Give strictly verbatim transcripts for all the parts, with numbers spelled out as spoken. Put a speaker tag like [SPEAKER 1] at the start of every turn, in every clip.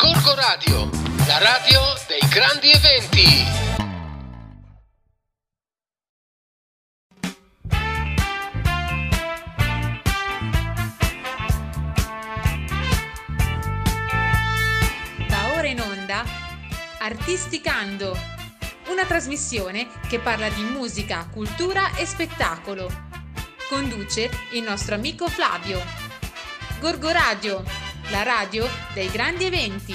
[SPEAKER 1] Gorgo Radio, la radio dei grandi eventi.
[SPEAKER 2] Artisticando, una trasmissione che parla di musica, cultura e spettacolo. Conduce il nostro amico Flavio. Gorgo Radio, la radio dei grandi eventi.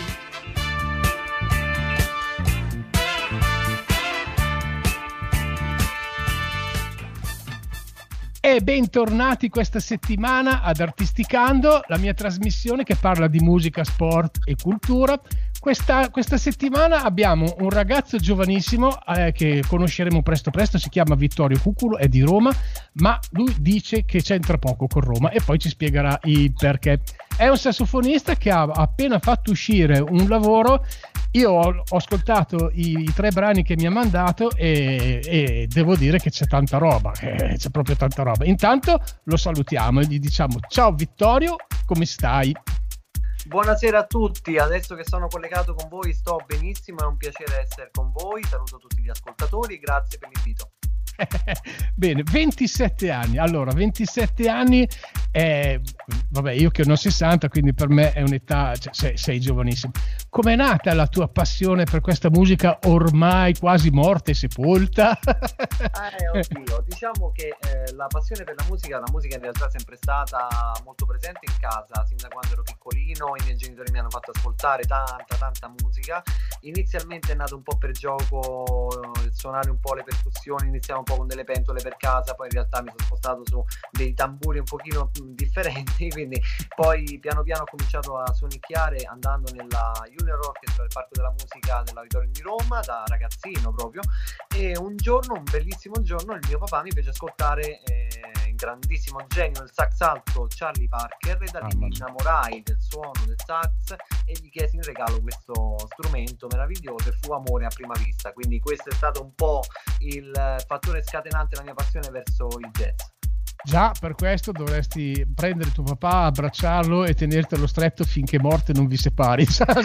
[SPEAKER 3] E bentornati questa settimana ad Artisticando, la mia trasmissione che parla di musica, sport e cultura. Questa, questa settimana abbiamo un ragazzo giovanissimo eh, che conosceremo presto presto, si chiama Vittorio Cuculo, è di Roma, ma lui dice che c'entra poco con Roma e poi ci spiegherà il perché. È un sassofonista che ha appena fatto uscire un lavoro. Io ho, ho ascoltato i, i tre brani che mi ha mandato e, e devo dire che c'è tanta roba, eh, c'è proprio tanta roba. Intanto lo salutiamo e gli diciamo: ciao Vittorio, come stai?
[SPEAKER 4] Buonasera a tutti, adesso che sono collegato con voi sto benissimo, è un piacere essere con voi, saluto tutti gli ascoltatori, grazie per l'invito.
[SPEAKER 3] Bene, ventisette anni, allora ventisette anni, eh, vabbè, io che ne ho sessanta, quindi per me è un'età, cioè, sei, sei giovanissimo. Com'è nata la tua passione per questa musica ormai quasi morta e sepolta?
[SPEAKER 4] Eh, oddio, diciamo che eh, la passione per la musica, la musica in realtà è sempre stata molto presente in casa, sin da quando ero piccolino, i miei genitori mi hanno fatto ascoltare tanta, tanta musica. Inizialmente è nato un po' per gioco, suonare un po' le percussioni, iniziamo un po' con delle pentole per casa, poi in realtà mi sono spostato su dei tamburi un pochino differenti, quindi poi piano piano ho cominciato a suonicchiare andando nella Junior Orchestra del Parco della Musica dell'Auditorium di Roma da ragazzino proprio, e un giorno, un bellissimo giorno, il mio papà mi fece ascoltare eh, il grandissimo genio del sax alto Charlie Parker, e da lì mi innamorai del suono del sax e gli chiesi in regalo questo strumento meraviglioso e fu amore a prima vista, quindi questo è stato un po' il fattore scatenante la mia passione verso il jazz.
[SPEAKER 3] Già, per questo dovresti prendere tuo papà, abbracciarlo e tenertelo stretto finché morte non vi separi.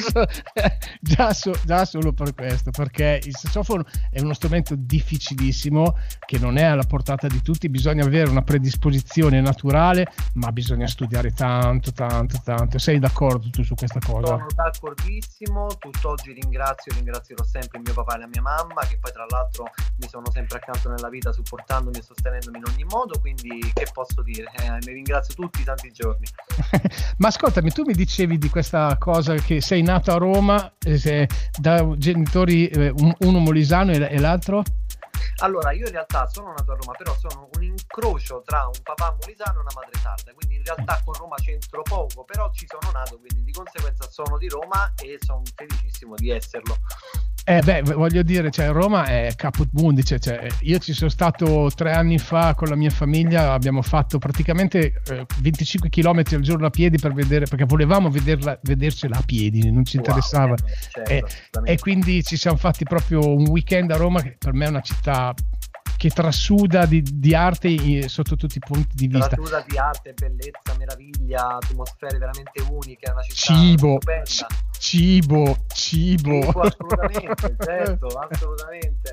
[SPEAKER 3] già, so, già solo per questo, perché il sassofono è uno strumento difficilissimo che non è alla portata di tutti, bisogna avere una predisposizione naturale, ma bisogna studiare tanto, tanto, tanto. Sei d'accordo tu su questa cosa?
[SPEAKER 4] Sono d'accordissimo, tutt'oggi ringrazio, ringrazierò sempre il mio papà e la mia mamma, che poi tra l'altro mi sono sempre accanto nella vita, supportandomi e sostenendomi in ogni modo, quindi che posso dire, eh, ne ringrazio tutti tanti giorni.
[SPEAKER 3] Ma ascoltami, tu mi dicevi di questa cosa che sei nato a Roma eh, da genitori, eh, uno molisano e, e l'altro?
[SPEAKER 4] Allora, io in realtà sono nato a Roma, però sono un incrocio tra un papà molisano e una madre sarda, quindi in realtà con Roma c'entro poco, però ci sono nato, quindi di conseguenza sono di Roma e sono felicissimo di esserlo.
[SPEAKER 3] Eh beh, voglio dire, cioè Roma è caput mundi, cioè, cioè, io ci sono stato tre anni fa con la mia famiglia, abbiamo fatto praticamente eh, venticinque chilometri al giorno a piedi per vedere, perché volevamo vederla, vedercela a piedi, non ci
[SPEAKER 4] Wow,
[SPEAKER 3] interessava.
[SPEAKER 4] certo,
[SPEAKER 3] e, e quindi ci siamo fatti proprio un weekend a Roma, che per me è una città che trasuda di, di arte sotto tutti i punti di vista.
[SPEAKER 4] Trasuda di arte, bellezza, meraviglia, atmosfere veramente uniche, è una città
[SPEAKER 3] cibo,
[SPEAKER 4] stupenda.
[SPEAKER 3] c- cibo, cibo.
[SPEAKER 4] Cibo, assolutamente, certo, assolutamente.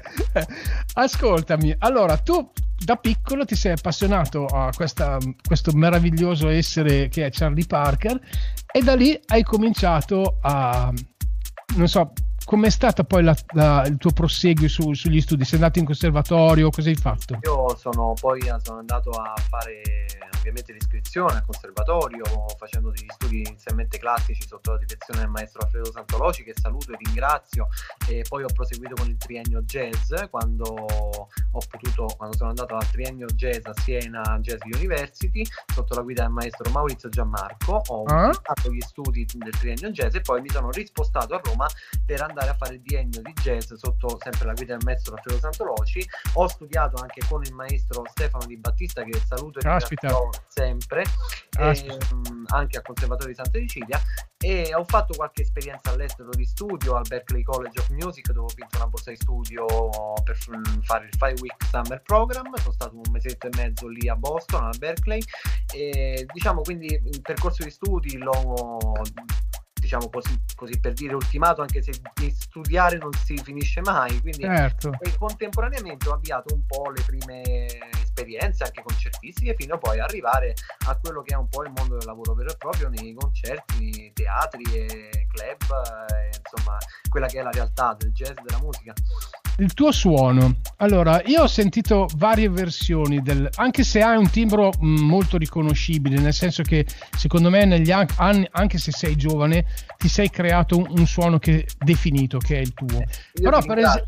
[SPEAKER 3] Ascoltami, allora tu da piccolo ti sei appassionato a questa, questo meraviglioso essere che è Charlie Parker, e da lì hai cominciato a, non so, com'è stata poi la, la, il tuo proseguio su, sugli studi? Sei andato in conservatorio? Cosa hai fatto?
[SPEAKER 4] Io sono poi sono andato a fare ovviamente l'iscrizione al conservatorio, facendo degli studi inizialmente classici sotto la direzione del maestro Alfredo Santoloci, che saluto e ringrazio, e poi ho proseguito con il triennio jazz quando ho potuto, quando sono andato al triennio jazz a Siena Jazz University sotto la guida del maestro Maurizio Gianmarco. Ho
[SPEAKER 3] ah?
[SPEAKER 4] fatto gli studi del triennio jazz e poi mi sono rispostato a Roma per andare a fare il biennio di jazz sotto sempre la guida del maestro Alfredo Santoloci. Ho studiato anche con il maestro Stefano Di Battista, che saluto e ringrazio sempre, e, um, anche al Conservatorio di Santa Cecilia, e ho fatto qualche esperienza all'estero di studio al Berklee College of Music, dove ho vinto una borsa di studio per fare il Five Week Summer Program. Sono stato un mesetto e mezzo lì a Boston, al Berklee, e diciamo quindi il percorso di studi l'ho diciamo così, così per dire, ultimato, anche se di studiare non si finisce mai, quindi
[SPEAKER 3] certo.
[SPEAKER 4] E contemporaneamente ho avviato un po' le prime esperienze anche concertistiche, fino poi a arrivare a quello che è un po' il mondo del lavoro vero e proprio, nei concerti, teatri e club, e, insomma, quella che è la realtà del jazz, della musica.
[SPEAKER 3] Il tuo suono, allora io ho sentito varie versioni del, anche se hai un timbro mh, molto riconoscibile, nel senso che secondo me negli anni, anche se sei giovane, ti sei creato un, un suono che definito, che è il tuo.
[SPEAKER 4] Io
[SPEAKER 3] Però per, es-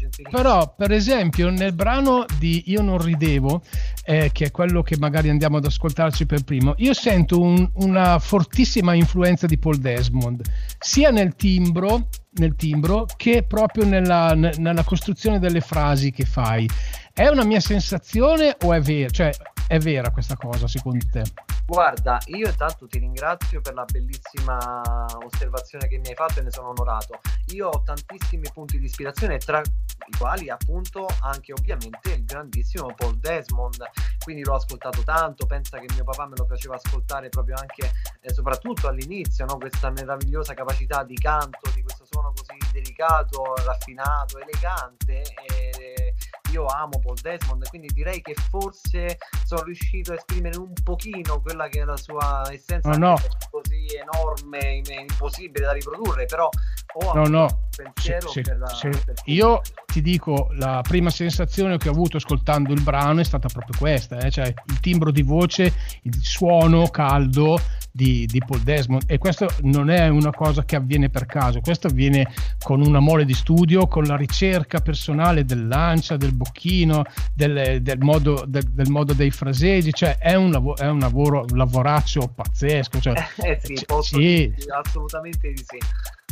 [SPEAKER 3] però per esempio nel brano di Io non ridevo, eh, che è quello che magari andiamo ad ascoltarci per primo, io sento un, una fortissima influenza di Paul Desmond, sia nel timbro nel timbro che proprio nella, nella costruzione delle frasi che fai. È una mia sensazione o è vera? Cioè, è vera questa cosa secondo te?
[SPEAKER 4] Guarda, io intanto ti ringrazio per la bellissima osservazione che mi hai fatto e ne sono onorato. Io ho tantissimi punti di ispirazione, tra i quali appunto anche ovviamente il grandissimo Paul Desmond, quindi l'ho ascoltato tanto, pensa che mio papà me lo faceva ascoltare proprio anche eh, soprattutto all'inizio, no? Questa meravigliosa capacità di canto, di questo suono così delicato, raffinato, elegante, e io amo Paul Desmond, quindi direi che forse sono riuscito a esprimere un pochino quella che è la sua essenza,
[SPEAKER 3] no, no.
[SPEAKER 4] così enorme, impossibile da riprodurre, però ho
[SPEAKER 3] no, no.
[SPEAKER 4] un pensiero
[SPEAKER 3] se,
[SPEAKER 4] per la,
[SPEAKER 3] se,
[SPEAKER 4] per
[SPEAKER 3] io ti dico, la prima sensazione che ho avuto ascoltando il brano è stata proprio questa, eh? Cioè il timbro di voce, il suono caldo di, di Paul Desmond, e questo non è una cosa che avviene per caso, questo avviene con un amore di studio, con la ricerca personale dell'ancia, del bocchino, del, del, modo, del, del modo dei fraseggi, cioè è un, lav- è un lavoro, un lavoraccio pazzesco, cioè,
[SPEAKER 4] eh sì,
[SPEAKER 3] c-
[SPEAKER 4] posso
[SPEAKER 3] sì.
[SPEAKER 4] dire assolutamente di sì.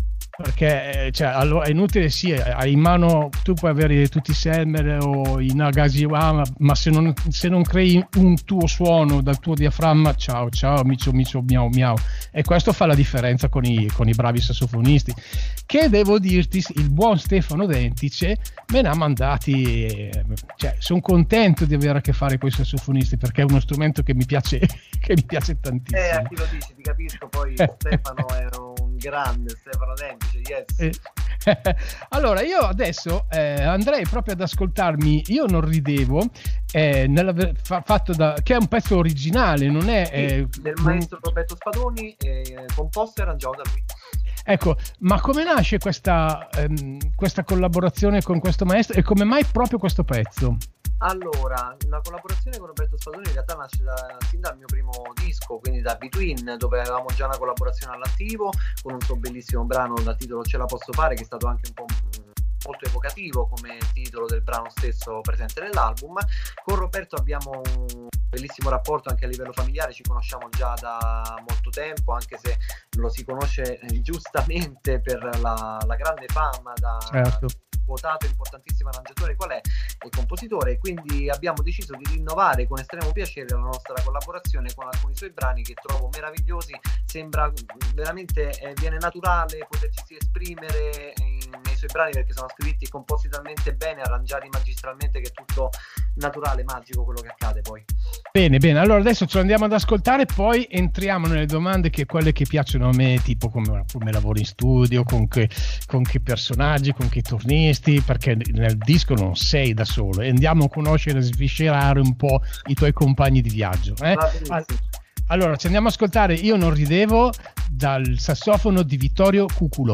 [SPEAKER 3] Perché cioè, allora, è inutile, sì, hai in mano, tu puoi avere tutti i Selmer o i Nagasiwa, ma se non, se non crei un tuo suono dal tuo diaframma, ciao ciao micio micio miau miau, e questo fa la differenza con i, con i bravi sassofonisti, che devo dirti il buon Stefano Dentice me ne ha mandati, cioè sono contento di avere a che fare con i sassofonisti, perché è uno strumento che mi piace che mi piace tantissimo.
[SPEAKER 4] Eh, a chi lo dici, ti capisco, poi Stefano è un grande, Stefano Dentice, yes.
[SPEAKER 3] Eh. Allora io adesso eh, andrei proprio ad ascoltarmi Io non ridevo, eh, nella, fa, fatto da, che è un pezzo originale, non è
[SPEAKER 4] sì,
[SPEAKER 3] eh,
[SPEAKER 4] del maestro Roberto Spadoni, eh, composto e arrangiato da lui.
[SPEAKER 3] Ecco, ma come nasce questa, ehm, questa collaborazione con questo maestro e come mai proprio questo pezzo?
[SPEAKER 4] Allora, la collaborazione con Roberto Spadoni in realtà nasce da, sin dal mio primo disco, quindi da Between, dove avevamo già una collaborazione all'attivo con un suo bellissimo brano dal titolo Ce la posso fare, che è stato anche un po' molto evocativo come titolo del brano stesso presente nell'album. Con Roberto abbiamo un bellissimo rapporto anche a livello familiare, ci conosciamo già da molto tempo, anche se lo si conosce eh, giustamente per la, la grande fama da...
[SPEAKER 3] Certo.
[SPEAKER 4] Votato importantissimo arrangiatore qual è e compositore, quindi abbiamo deciso di rinnovare con estremo piacere la nostra collaborazione con alcuni suoi brani che trovo meravigliosi. Sembra veramente eh, viene naturale poterci esprimere in, nei suoi brani, perché sono scritti e composti talmente bene, arrangiati magistralmente, che è tutto naturale, magico quello che accade poi.
[SPEAKER 3] Bene, bene, allora adesso ce lo andiamo ad ascoltare, poi entriamo nelle domande, che quelle che piacciono a me, tipo come, come lavori in studio, con che, con che personaggi, con che turnisti, perché nel disco non sei da solo, e andiamo a conoscere e sviscerare un po' i tuoi compagni di viaggio, eh? Allora ci andiamo ad ascoltare Io non ridevo dal sassofono di Vittorio Cuculò.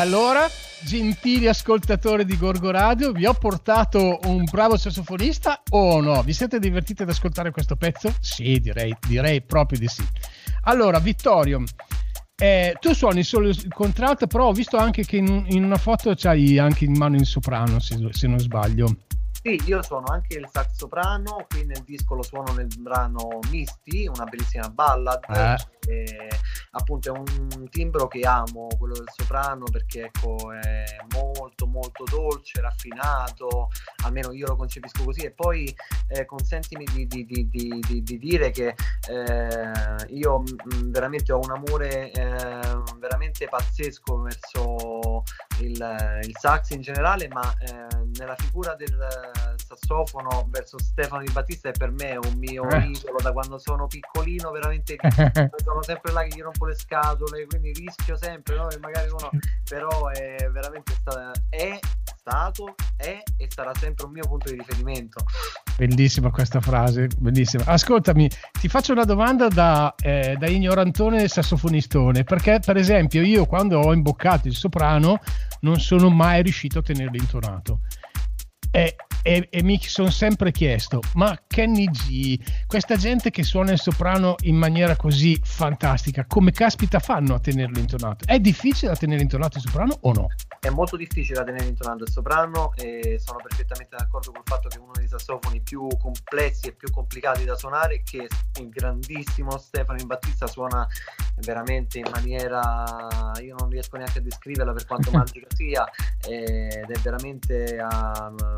[SPEAKER 3] allora, gentili ascoltatori di Gorgo Radio, vi ho portato un bravo sassofonista o no? Vi siete divertiti ad ascoltare questo pezzo? Sì, direi, direi proprio di sì. Allora, Vittorio, eh, tu suoni solo il contralto, però ho visto anche che in, in una foto c'hai anche in mano il soprano, se, se non sbaglio.
[SPEAKER 4] Sì, io suono anche il sax soprano, qui nel disco lo suono nel brano Misty, una bellissima ballad,
[SPEAKER 3] eh.
[SPEAKER 4] e, appunto è un timbro che amo, quello del soprano, perché ecco è molto molto dolce, raffinato, almeno io lo concepisco così. E poi eh, consentimi di, di, di, di, di, di dire che eh, io mh, veramente ho un amore eh, veramente pazzesco verso il, il sax in generale, ma eh, nella figura del sassofono verso Stefano Di Battista è per me un mio
[SPEAKER 3] eh.
[SPEAKER 4] idolo da quando sono piccolino, veramente sono sempre là che gli rompo le scatole, quindi rischio sempre, no? E magari uno, però è veramente sta- è stato, è e sarà sempre un mio punto di riferimento.
[SPEAKER 3] Bellissima questa frase, bellissima. Ascoltami, ti faccio una domanda da, eh, da ignorantone sassofonistone, perché per esempio io quando ho imboccato il soprano non sono mai riuscito a tenerlo intonato. E, e, e mi sono sempre chiesto, ma Kenny G, questa gente che suona il soprano in maniera così fantastica, come caspita fanno a tenerlo intonato? È difficile da tenere intonato il soprano o no?
[SPEAKER 4] È molto difficile da tenere intonato il soprano, e sono perfettamente d'accordo col fatto che uno dei sassofoni più complessi e più complicati da suonare, che il grandissimo Stefano Di Battista suona veramente in maniera, io non riesco neanche a descriverla per quanto magica sia, ed è veramente um,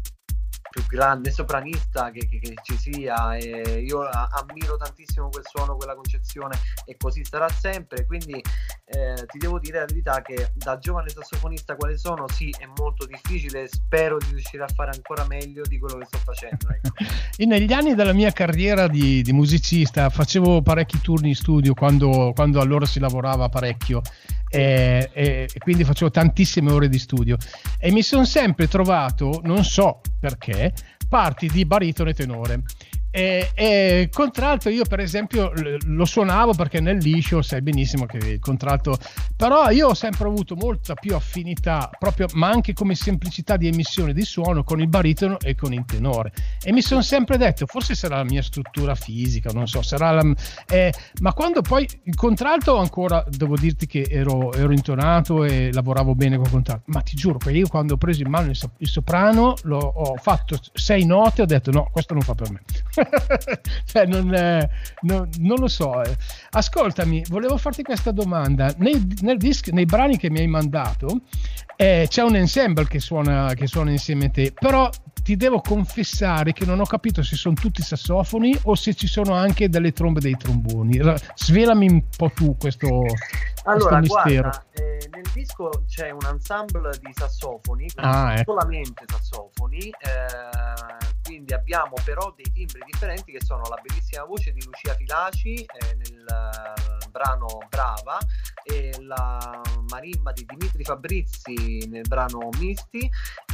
[SPEAKER 4] più grande sopranista che, che, che ci sia, e io ammiro tantissimo quel suono, quella concezione, e così sarà sempre. Quindi eh, ti devo dire la verità che da giovane sassofonista quale sono, sì, è molto difficile, spero di riuscire a fare ancora meglio di quello che sto facendo, ecco.
[SPEAKER 3] Negli anni della mia carriera di, di musicista facevo parecchi turni in studio quando, quando allora si lavorava parecchio, e, e, e quindi facevo tantissime ore di studio e mi sono sempre trovato, non so perché, parti di baritono e tenore. E, e contralto io per esempio lo suonavo perché nel liscio sai benissimo che il contralto, però io ho sempre avuto molta più affinità proprio, ma anche come semplicità di emissione di suono, con il baritono e con il tenore, e mi sono sempre detto forse sarà la mia struttura fisica, non so, sarà la, eh, ma quando poi il contralto ancora devo dirti che ero, ero intonato e lavoravo bene con il contralto, ma ti giuro che io quando ho preso in mano il, so, il soprano lo, ho fatto sei note e ho detto no, questo non fa per me. Cioè, non, eh, non, non lo so. Eh. Ascoltami, volevo farti questa domanda. Nei, nel disc, nei brani che mi hai mandato, eh, c'è un ensemble che suona, che suona insieme a te, però ti devo confessare che non ho capito se sono tutti sassofoni o se ci sono anche delle trombe e dei tromboni. Svelami un po' tu questo,
[SPEAKER 4] allora,
[SPEAKER 3] questo mistero.
[SPEAKER 4] Guarda, eh, nel disco c'è un ensemble di sassofoni,
[SPEAKER 3] ah, ecco.
[SPEAKER 4] solamente sassofoni, eh, quindi abbiamo però dei timbri differenti, che sono la bellissima voce di Lucia Filaci eh, nel uh, brano Brava, e la marimba di Dimitri Fabrizi nel brano Misty,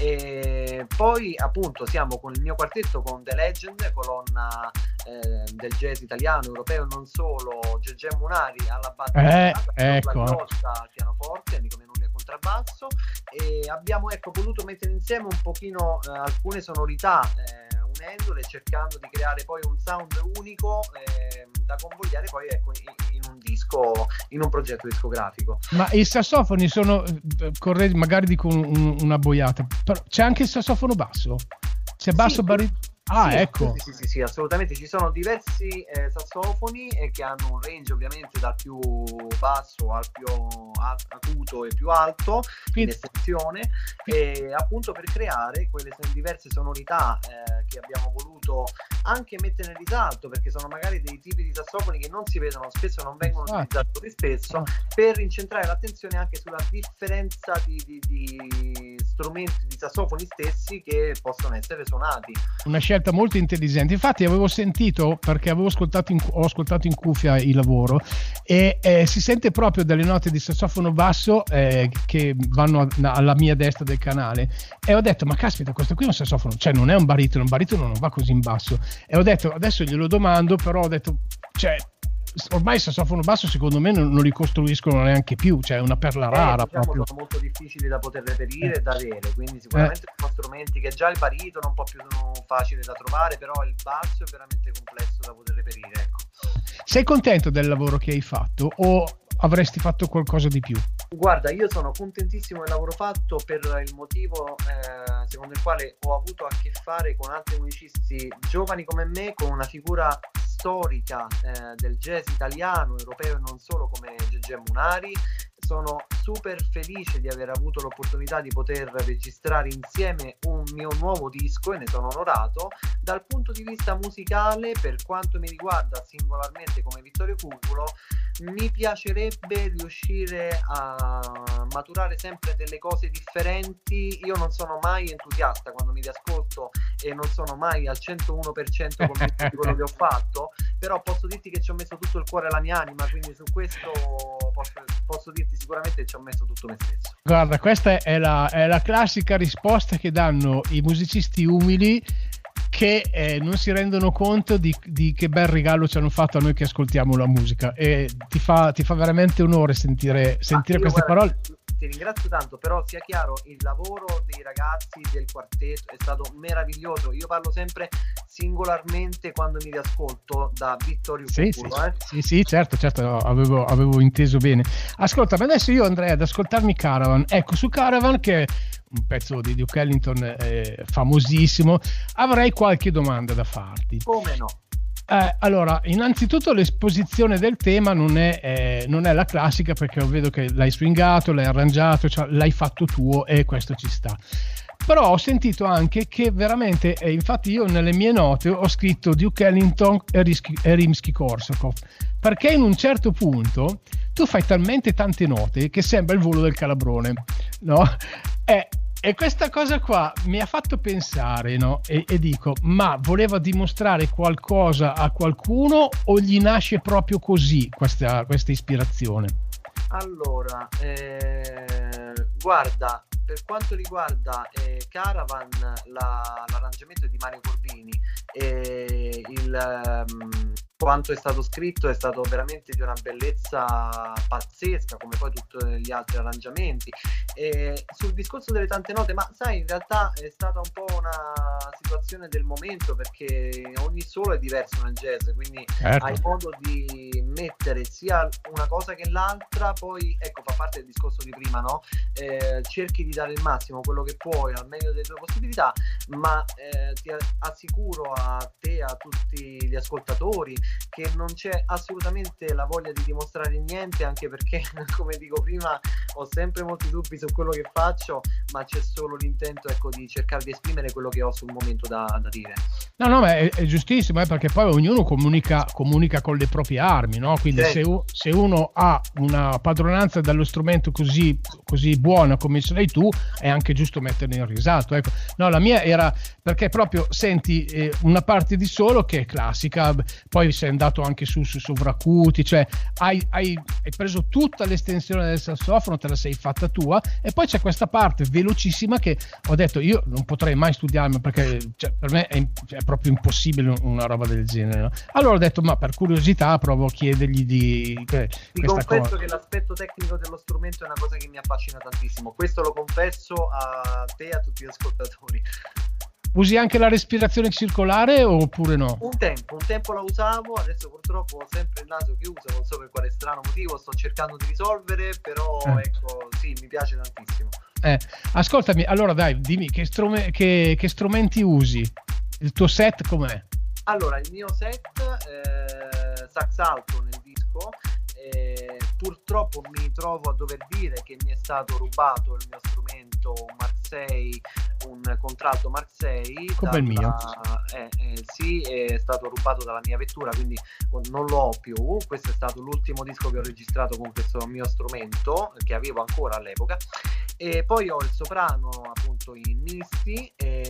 [SPEAKER 4] e poi appunto siamo con il mio quartetto con The Legend, colonna eh, del jazz italiano, europeo, non solo, Gegè Munari alla batteria,
[SPEAKER 3] eh, ecco.
[SPEAKER 4] al pianoforte, Enrico Menulli al contrabbasso, e abbiamo ecco voluto mettere insieme un pochino eh, alcune sonorità, eh, unendole, cercando di creare poi un sound unico eh, da convogliare poi ecco in, in un disco, in un progetto discografico.
[SPEAKER 3] Ma i sassofoni sono, correggi, magari dico un, una boiata, però c'è anche il sassofono basso? C'è basso, sì, baritono? Ah,
[SPEAKER 4] sì,
[SPEAKER 3] ecco.
[SPEAKER 4] Sì, sì, sì, assolutamente. Ci sono diversi eh, sassofoni eh, che hanno un range ovviamente dal più basso al più acuto e più alto, in estensione, e appunto per creare quelle diverse sonorità eh, che abbiamo voluto anche mettere in risalto, perché sono magari dei tipi di sassofoni che non si vedono spesso, non vengono
[SPEAKER 3] ah.
[SPEAKER 4] utilizzati così spesso,
[SPEAKER 3] ah.
[SPEAKER 4] per incentrare l'attenzione anche sulla differenza di, di, di strumenti di sassofoni stessi che possono essere suonati.
[SPEAKER 3] Una scelta molto intelligente. Infatti avevo sentito, perché avevo ascoltato in, ho ascoltato in cuffia il lavoro, e eh, si sente proprio delle note di sassofono basso eh, che vanno a, alla mia destra del canale, e ho detto ma caspita, questo qui è un sassofono, cioè non è un baritono, un baritono non va così in basso, e ho detto adesso glielo domando, però ho detto cioè ormai il sassofono basso secondo me non, non li costruiscono neanche più, cioè è una perla rara,
[SPEAKER 4] eh, diciamo,
[SPEAKER 3] proprio.
[SPEAKER 4] Sono molto difficili da poter reperire e da avere, quindi sicuramente eh. sono strumenti che già il baritono è un po' più facile da trovare, però il basso è veramente complesso da poter reperire, ecco.
[SPEAKER 3] Sei contento del lavoro che hai fatto o avresti fatto qualcosa di più?
[SPEAKER 4] Guarda, io sono contentissimo del lavoro fatto per il motivo eh, secondo il quale ho avuto a che fare con altri musicisti giovani come me, con una figura storica eh, del jazz italiano, europeo e non solo, come Gegè Munari. Sono super felice di aver avuto l'opportunità di poter registrare insieme un mio nuovo disco e ne sono onorato. Dal punto di vista musicale, per quanto mi riguarda singolarmente come Vittorio Cuculo, mi piacerebbe riuscire a maturare sempre delle cose differenti. Io non sono mai entusiasta quando mi riascolto e non sono mai al centouno per cento convinto di quello che ho fatto, però posso dirti che ci ho messo tutto il cuore e la mia anima, quindi su questo posso, posso dirti sicuramente ci ho messo tutto me stesso.
[SPEAKER 3] Guarda, questa è la, è la classica risposta che danno i musicisti umili che eh, non si rendono conto di, di che bel regalo ci hanno fatto a noi che ascoltiamo la musica, e ti fa, ti fa veramente onore sentire, sentire queste
[SPEAKER 4] guarda,
[SPEAKER 3] parole.
[SPEAKER 4] Ti ringrazio tanto, però sia chiaro, il lavoro dei ragazzi del quartetto è stato meraviglioso. Io parlo sempre singolarmente quando mi riascolto da Vittorio
[SPEAKER 3] sì,
[SPEAKER 4] Cuculo,
[SPEAKER 3] sì,
[SPEAKER 4] eh.
[SPEAKER 3] sì, sì, certo, certo, avevo, avevo inteso bene. Ascolta, ma adesso io andrei ad ascoltarmi Caravan. Ecco, su Caravan, che è un pezzo di Duke Ellington eh, famosissimo, avrei qualche domanda da farti.
[SPEAKER 4] Come no?
[SPEAKER 3] Eh, allora, innanzitutto l'esposizione del tema non è, eh, non è la classica, perché vedo che l'hai swingato, l'hai arrangiato, cioè l'hai fatto tuo e questo ci sta. Però ho sentito anche che veramente, eh, infatti io nelle mie note ho scritto Duke Ellington e, Rischi, e Rimsky-Korsakov, perché in un certo punto tu fai talmente tante note che sembra il volo del calabrone, no? Eh, E questa cosa qua mi ha fatto pensare, no? E, e dico, ma voleva dimostrare qualcosa a qualcuno o gli nasce proprio così questa, questa ispirazione?
[SPEAKER 4] Allora, eh, guarda, per quanto riguarda eh, Caravan, la, l'arrangiamento è di Mario Corbini e il... Um, quanto è stato scritto è stato veramente di una bellezza pazzesca, come poi tutti gli altri arrangiamenti. E sul discorso delle tante note, ma sai, in realtà è stata un po' una situazione del momento, perché ogni solo è diverso nel jazz, quindi certo, hai modo di mettere sia una cosa che l'altra. Poi ecco, fa parte del discorso di prima, no? Eh, cerchi di dare il massimo, quello che puoi, al meglio delle tue possibilità, ma eh, ti assicuro a te, a tutti gli ascoltatori, che non c'è assolutamente la voglia di dimostrare niente, anche perché, come dico prima, ho sempre molti dubbi su quello che faccio, ma c'è solo l'intento, ecco, di cercare di esprimere quello che ho sul momento da, da dire.
[SPEAKER 3] No, no, ma è, è giustissimo, eh, perché poi ognuno comunica, comunica con le proprie armi, no? Quindi sì, se, se uno ha una padronanza dallo strumento così, così buona come ce l'hai tu, è anche giusto metterlo in risalto, ecco. No, la mia era perché proprio senti eh, una parte di solo che è classica, poi sei andato anche su, su sovracuti, cioè hai, hai, hai preso tutta l'estensione del sassofono, te la sei fatta tua, e poi c'è questa parte velocissima che ho detto io non potrei mai studiarmi, perché cioè, per me è, è proprio impossibile una roba del genere, no? Allora ho detto, ma per curiosità provo a chiedergli di eh,
[SPEAKER 4] ti
[SPEAKER 3] questa
[SPEAKER 4] confesso
[SPEAKER 3] cosa.
[SPEAKER 4] Che l'aspetto tecnico dello strumento è una cosa che mi affascina tantissimo, questo lo confesso a te e a tutti gli ascoltatori.
[SPEAKER 3] Usi anche la respirazione circolare oppure no?
[SPEAKER 4] Un tempo, un tempo la usavo, adesso purtroppo ho sempre il naso chiuso, non so per quale strano motivo, sto cercando di risolvere, però eh. ecco, sì, mi piace tantissimo.
[SPEAKER 3] Eh, ascoltami, allora dai, dimmi che, strume- che, che strumenti usi? Il tuo set com'è?
[SPEAKER 4] Allora, il mio set, eh, sax alto nel disco, eh, purtroppo mi trovo a dover dire che mi è stato rubato il mio strumento, un Mark sei, un contralto Mark sei,
[SPEAKER 3] come
[SPEAKER 4] dalla,
[SPEAKER 3] il mio
[SPEAKER 4] eh, eh, sì, è stato rubato dalla mia vettura, quindi non lo ho più. Questo è stato l'ultimo disco che ho registrato con questo mio strumento, che avevo ancora all'epoca. E poi ho il soprano appunto in Misty,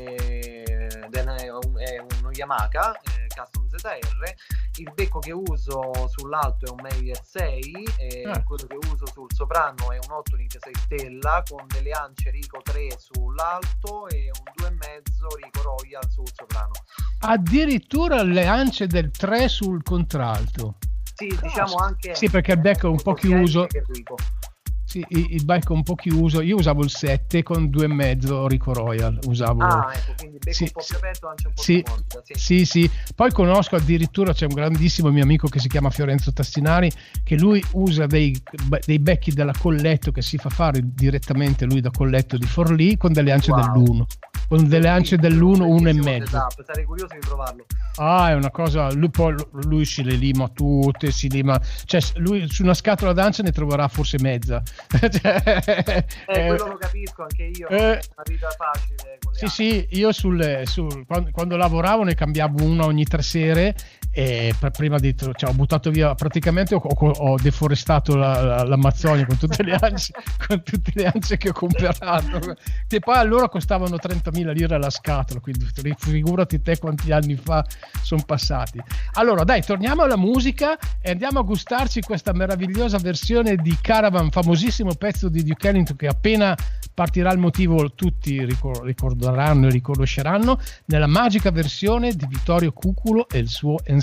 [SPEAKER 4] ed è, un, è uno Yamaha eh, Custom Z R. Il becco che uso sull'alto è un Meyer sei, e ah. quello che uso sul soprano è un Otolink sei stella con delle ance Rico tre sull'alto e un due e mezzo Rico Royal sul soprano.
[SPEAKER 3] Addirittura le ance del tre sul contralto.
[SPEAKER 4] Sì, diciamo anche...
[SPEAKER 3] Sì, perché il becco è un po' chiuso.
[SPEAKER 4] Enrico.
[SPEAKER 3] Sì, il becco è un po' chiuso. Io usavo il sette con due e mezzo Rico Royal. Usavo...
[SPEAKER 4] Ah, ecco, quindi becco
[SPEAKER 3] sì,
[SPEAKER 4] un po' più aperto, anche un po'
[SPEAKER 3] sì,
[SPEAKER 4] più morbida. Sì.
[SPEAKER 3] sì, sì. Poi conosco addirittura, c'è un grandissimo mio amico che si chiama Fiorenzo Tassinari, che lui usa dei, dei becchi della Colletto che si fa fare direttamente lui da Colletto di Forlì con delle ance
[SPEAKER 4] Wow.
[SPEAKER 3] dell'uno. Con delle ance dell'uno, uno e mezzo.
[SPEAKER 4] Esatto, sarei curioso di provarlo.
[SPEAKER 3] Ah, è una cosa, lui poi lui si le lima tutte, si lima, cioè lui su una scatola d'ance ne troverà forse mezza.
[SPEAKER 4] eh,
[SPEAKER 3] eh,
[SPEAKER 4] quello lo capisco anche io,
[SPEAKER 3] eh,
[SPEAKER 4] non è una vita facile con le
[SPEAKER 3] sì,
[SPEAKER 4] ance.
[SPEAKER 3] sì, io sul, sul quando, quando lavoravo ne cambiavo una ogni tre sere e per prima di cioè, ho buttato via praticamente ho, ho, ho deforestato la, la, l'Amazzonia con tutte le ance con tutte le ance che ho comprato, che poi allora costavano trentamila lire alla scatola, quindi figurati te quanti anni fa sono passati. Allora dai, torniamo alla musica e andiamo a gustarci questa meravigliosa versione di Caravan, famosissimo pezzo di Duke Ellington che appena partirà il motivo tutti ricorderanno e riconosceranno, nella magica versione di Vittorio Cuculo e il suo ensemble.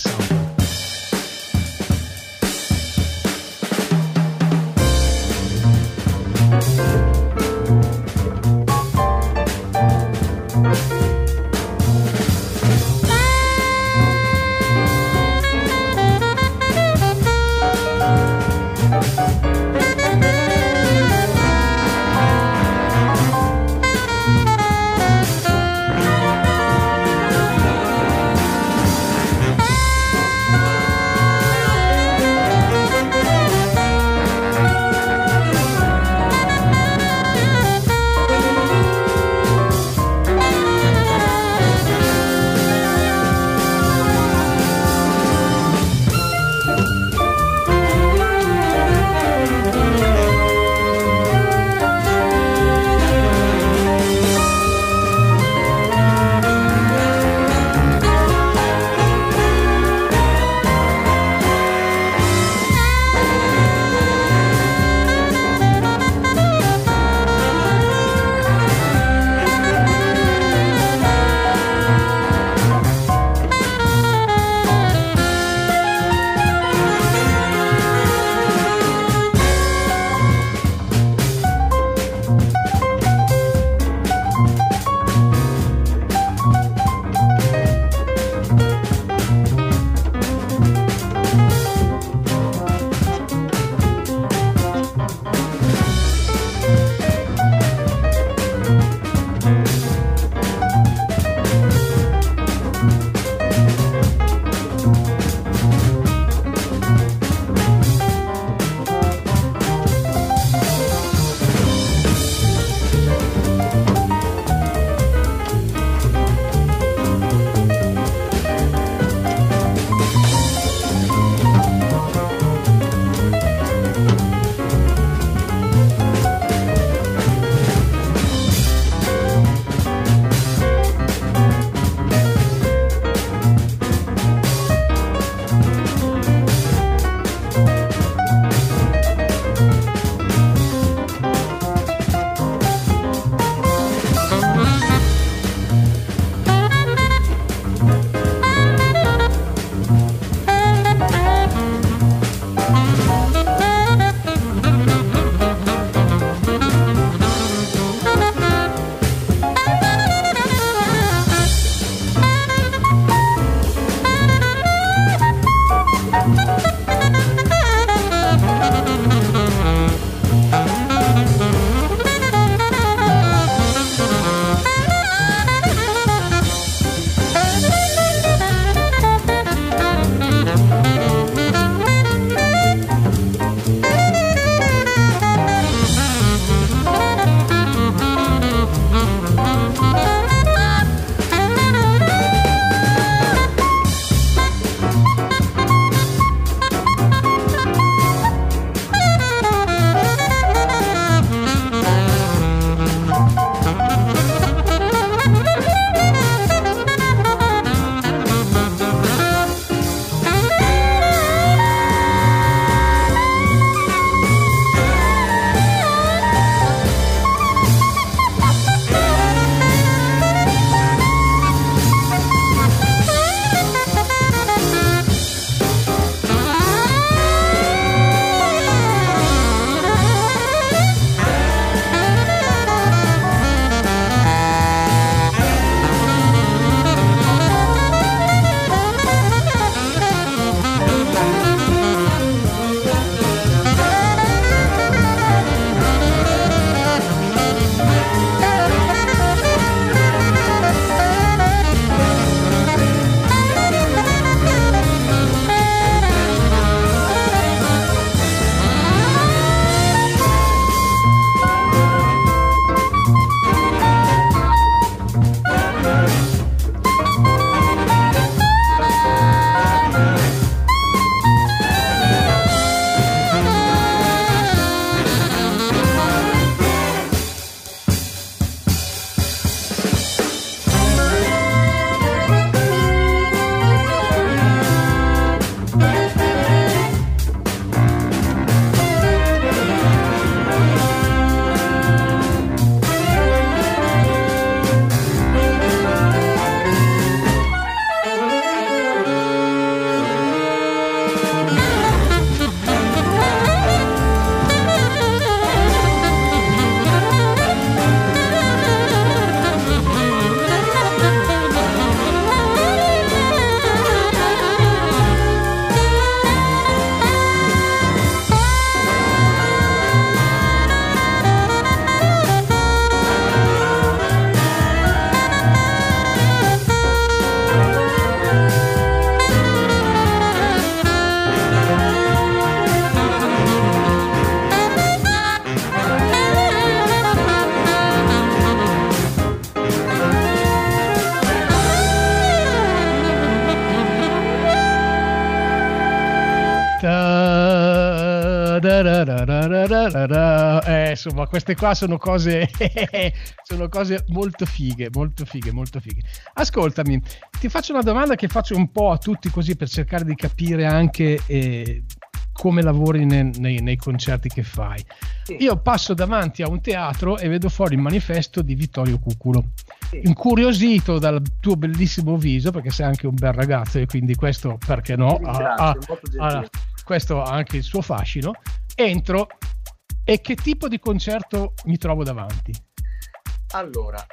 [SPEAKER 3] eh, insomma, queste qua sono cose sono cose molto fighe, molto fighe, molto fighe. Ascoltami, ti faccio una domanda che faccio un po' a tutti così per cercare di capire anche eh, come lavori nei, nei, nei concerti che fai. Sì. Io passo davanti a un teatro e vedo fuori il manifesto di Vittorio Cuculo. Sì. Incuriosito dal tuo bellissimo viso, perché sei anche un bel ragazzo e quindi questo, perché no, ha, ha, ha, questo ha anche il suo fascino. Entro e che tipo di concerto mi trovo davanti?
[SPEAKER 4] Allora,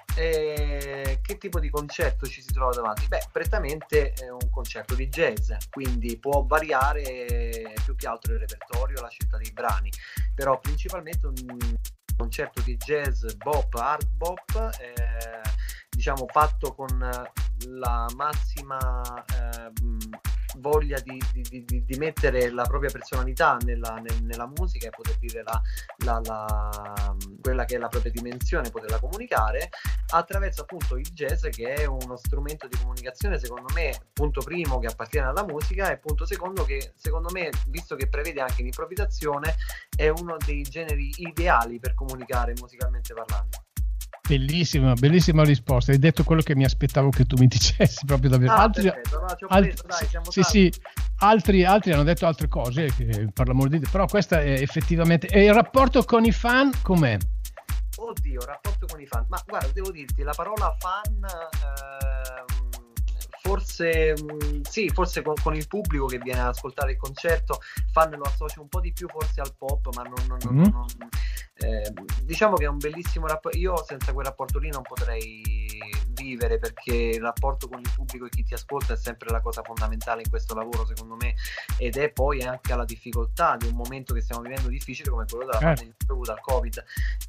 [SPEAKER 4] eh, che tipo di concerto ci si trova davanti? Beh, prettamente è un concerto di jazz, quindi può variare più che altro il repertorio, la scelta dei brani, però principalmente un concerto di jazz bop, hard bop, eh, diciamo fatto con la massima eh, voglia di, di, di, di mettere la propria personalità nella, nel, nella musica e poter dire la, la, la, quella che è la propria dimensione, poterla comunicare attraverso appunto il jazz, che è uno strumento di comunicazione secondo me punto primo che appartiene alla musica e punto secondo che secondo me, visto che prevede anche l'improvvisazione, è uno dei generi ideali per comunicare musicalmente parlando.
[SPEAKER 3] Bellissima, bellissima risposta. Hai detto quello che mi aspettavo che tu mi dicessi proprio davvero.
[SPEAKER 4] Ah,
[SPEAKER 3] altri,
[SPEAKER 4] perfetto, no, ci ho
[SPEAKER 3] altri,
[SPEAKER 4] preso, dai, siamo
[SPEAKER 3] sì, sì, altri, altri hanno detto altre cose, che, per l'amor di Dio, però questa è effettivamente. E il rapporto con i fan com'è?
[SPEAKER 4] Oddio, rapporto con i fan. Ma guarda, devo dirti, la parola fan eh, forse mh, sì, forse con, con il pubblico che viene ad ascoltare il concerto, fan lo associo un po' di più forse al pop, ma non, non, mm. non, non eh, diciamo che è un bellissimo rapporto. Io senza quel rapporto lì non potrei vivere, perché il rapporto con il pubblico e chi ti ascolta è sempre la cosa fondamentale in questo lavoro secondo me, ed è poi anche alla difficoltà di un momento che stiamo vivendo difficile come quello della pandemia dovuta al Covid.